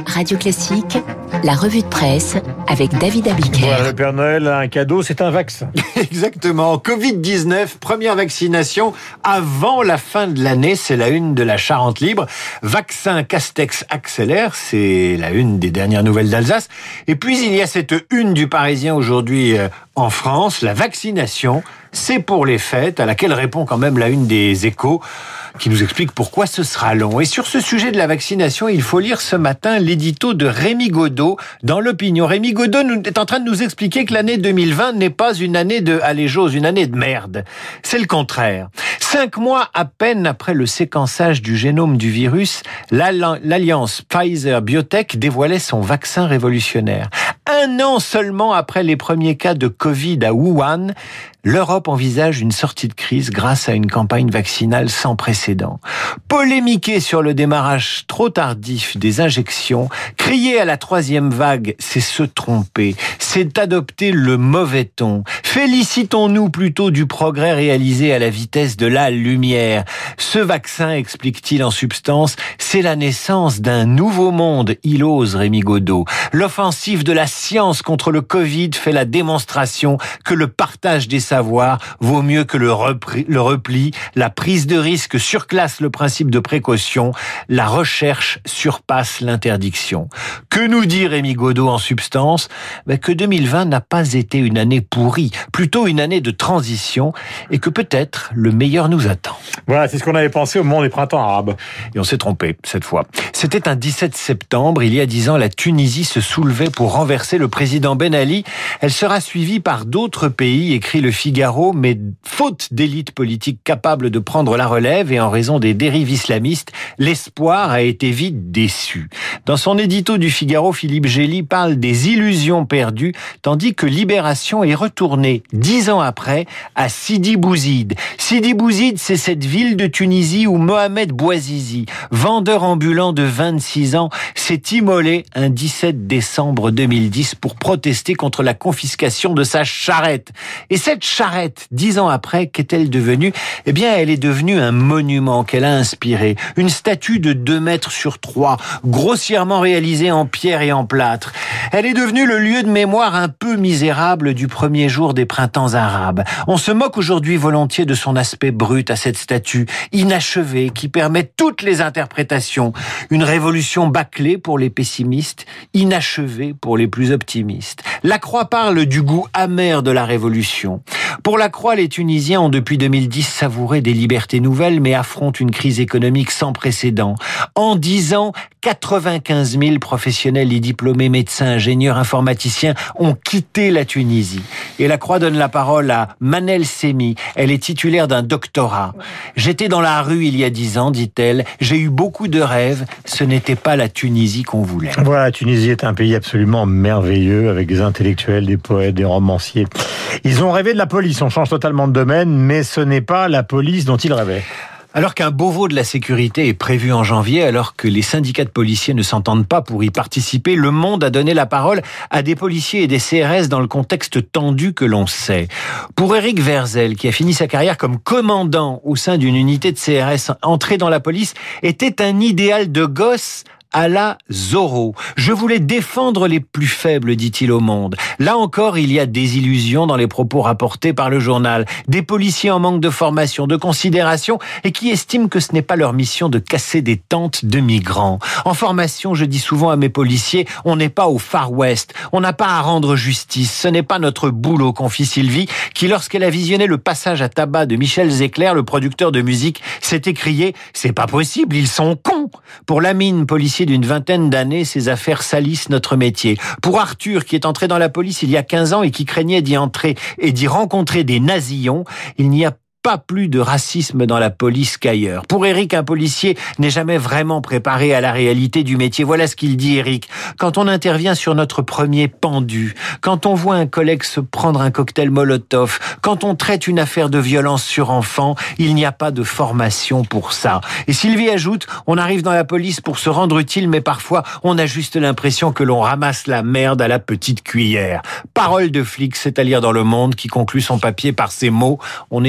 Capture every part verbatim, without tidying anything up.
Radio Classique, la revue de presse avec David Abiker. Voilà, le Père Noël a un cadeau, c'est un vaccin. Exactement. covid dix-neuf, première vaccination avant la fin de l'année, c'est la une de la Charente Libre. Vaccin Castex accélère, c'est la une des dernières nouvelles d'Alsace. Et puis il y a cette une du Parisien aujourd'hui euh, en France, la vaccination, c'est pour les fêtes, à laquelle répond quand même la une des Échos, qui nous explique pourquoi ce sera long. Et sur ce sujet de la vaccination, il faut lire ce matin l'édito de Rémi Godot dans l'Opinion. Rémi Godot est en train de nous expliquer que l'année deux mille vingt n'est pas une année de allez j'ose, une année de merde. C'est le contraire. Cinq mois à peine après le séquençage du génome du virus, l'alliance Pfizer-Biotech dévoilait son vaccin révolutionnaire. Un an seulement après les premiers cas de Covid à Wuhan, l'Europe envisage une sortie de crise grâce à une campagne vaccinale sans précédent. Polémiquer sur le démarrage trop tardif des injections, crier à la troisième vague, c'est se tromper, c'est adopter le mauvais ton. Félicitons-nous plutôt du progrès réalisé à la vitesse de la lumière. Ce vaccin, explique-t-il en substance, c'est la naissance d'un nouveau monde, il ose Rémi Godot. L'offensive de la science contre le Covid fait la démonstration que le partage des savoir vaut mieux que le repli, le repli, la prise de risque surclasse le principe de précaution, la recherche surpasse l'interdiction. Que nous dit Rémi Godot en substance ? Ben que deux mille vingt n'a pas été une année pourrie, plutôt une année de transition, et que peut-être le meilleur nous attend. Voilà, c'est ce qu'on avait pensé au moment des printemps arabes. Et on s'est trompé, cette fois. C'était un dix-sept septembre, il y a dix ans, la Tunisie se soulevait pour renverser le président Ben Ali. Elle sera suivie par d'autres pays, écrit le Figaro, mais faute d'élite politique capable de prendre la relève et en raison des dérives islamistes, l'espoir a été vite déçu. Dans son édito du Figaro, Philippe Gély parle des illusions perdues, tandis que Libération est retournée dix ans après à Sidi Bouzid. Sidi Bouzid, c'est cette ville de Tunisie où Mohamed Bouazizi, vendeur ambulant de vingt-six ans, s'est immolé un dix-sept décembre deux mille dix pour protester contre la confiscation de sa charrette. Et cette charrette, dix ans après, qu'est-elle devenue ? Eh bien, elle est devenue un monument qu'elle a inspiré. Une statue de deux mètres sur trois, grossièrement réalisée en pierre et en plâtre. Elle est devenue le lieu de mémoire un peu misérable du premier jour des printemps arabes. On se moque aujourd'hui volontiers de son aspect brut à cette statue, inachevée, qui permet toutes les interprétations. Une révolution bâclée pour les pessimistes, inachevée pour les plus optimistes. La Croix parle du goût amer de la révolution. Pour la Croix, les Tunisiens ont depuis deux mille dix savouré des libertés nouvelles, mais affrontent une crise économique sans précédent. En dix ans, quatre-vingt-quinze mille professionnels et diplômés médecins, ingénieurs, informaticiens ont quitté la Tunisie. Et la Croix donne la parole à Manel Semi. Elle est titulaire d'un doctorat. J'étais dans la rue il y a dix ans, dit-elle. J'ai eu beaucoup de rêves. Ce n'était pas la Tunisie qu'on voulait. Voilà, la Tunisie est un pays absolument merveilleux, avec des intellectuels, des poètes, des romanciers. Ils ont rêvé de la police. On change totalement de domaine, mais ce n'est pas la police dont ils rêvaient. Alors qu'un Beauvau de la sécurité est prévu en janvier, alors que les syndicats de policiers ne s'entendent pas pour y participer, Le Monde a donné la parole à des policiers et des C R S dans le contexte tendu que l'on sait. Pour Éric Verzel, qui a fini sa carrière comme commandant au sein d'une unité de C R S, entrer dans la police était un idéal de gosse à la Zorro. Je voulais défendre les plus faibles, dit-il au Monde. Là encore, il y a des illusions dans les propos rapportés par le journal. Des policiers en manque de formation, de considération et qui estiment que ce n'est pas leur mission de casser des tentes de migrants. En formation, je dis souvent à mes policiers, on n'est pas au Far West. On n'a pas à rendre justice. Ce n'est pas notre boulot, confie Sylvie, qui lorsqu'elle a visionné le passage à tabac de Michel Zecler, le producteur de musique, s'est écrié « C'est pas possible, ils sont cons !» Pour Lamine, policier d'une vingtaine d'années, ces affaires salissent notre métier. Pour Arthur, qui est entré dans la police il y a quinze ans et qui craignait d'y entrer et d'y rencontrer des nazillons, il n'y a pas plus de racisme dans la police qu'ailleurs. Pour Éric, un policier n'est jamais vraiment préparé à la réalité du métier. Voilà ce qu'il dit, Éric. Quand on intervient sur notre premier pendu, quand on voit un collègue se prendre un cocktail Molotov, quand on traite une affaire de violence sur enfant, il n'y a pas de formation pour ça. Et Sylvie ajoute, on arrive dans la police pour se rendre utile, mais parfois on a juste l'impression que l'on ramasse la merde à la petite cuillère. Parole de flic, c'est à lire dans Le Monde, qui conclut son papier par ces mots. On estime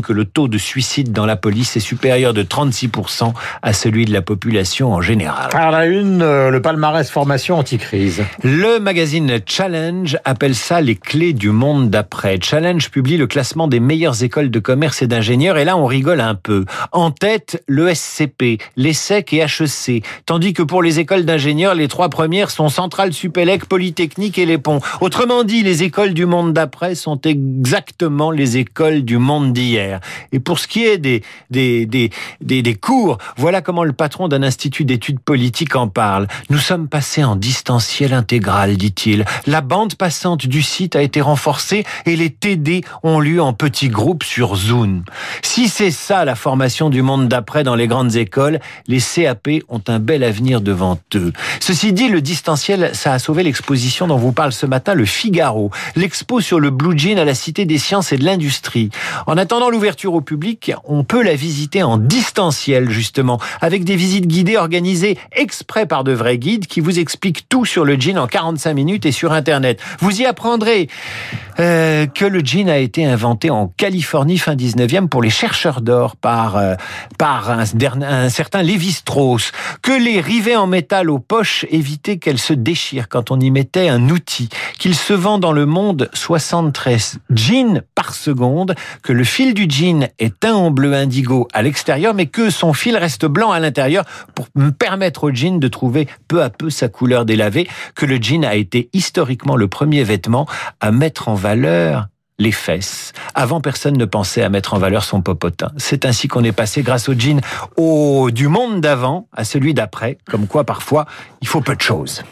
que le taux de suicide dans la police est supérieur de trente-six pour cent à celui de la population en général. Alors la une, euh, le palmarès formation anti-crise. Le magazine Challenge appelle ça les clés du monde d'après. Challenge publie le classement des meilleures écoles de commerce et d'ingénieurs et là on rigole un peu. En tête, l'E S C P, l'ESSEC et H E C. Tandis que pour les écoles d'ingénieurs, les trois premières sont Centrale, Supélec, Polytechnique et Les Ponts. Autrement dit, les écoles du monde d'après sont exactement les écoles du monde d'hier. Et pour ce qui est des, des, des, des, des cours, voilà comment le patron d'un institut d'études politiques en parle. Nous sommes passés en distanciel intégral, dit-il. La bande passante du site a été renforcée et les T D ont lieu en petits groupes sur Zoom. Si c'est ça la formation du monde d'après dans les grandes écoles, les C A P ont un bel avenir devant eux. Ceci dit, le distanciel, ça a sauvé l'exposition dont vous parle ce matin le Figaro. L'expo sur le blue jean à la Cité des Sciences et de l'Industrie. En attendant l'ouverture au public, on peut la visiter en distanciel, justement, avec des visites guidées organisées exprès par de vrais guides qui vous expliquent tout sur le jean en quarante-cinq minutes et sur Internet. Vous y apprendrez euh, que le jean a été inventé en Californie fin dix-neuvième pour les chercheurs d'or par, euh, par un, un certain Lévi-Strauss, que les rivets en métal aux poches évitaient qu'elles se déchirent quand on y mettait un outil, qu'il se vend dans le monde soixante-treize jeans par seconde, que le fil du jean est teint en bleu indigo à l'extérieur, mais que son fil reste blanc à l'intérieur pour permettre au jean de trouver peu à peu sa couleur délavée, que le jean a été historiquement le premier vêtement à mettre en valeur les fesses. Avant, personne ne pensait à mettre en valeur son popotin. C'est ainsi qu'on est passé, grâce au jean, au, du monde d'avant à celui d'après, comme quoi parfois, il faut peu de choses.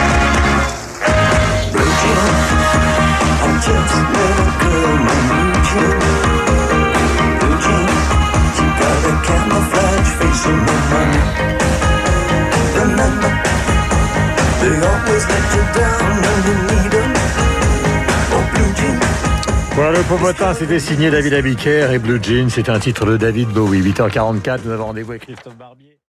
Voilà, le popotin, c'était signé David Abiker et Blue Jean, c'était un titre de David Bowie. huit heures quarante-quatre, nous avons rendez-vous avec Christophe Barbier.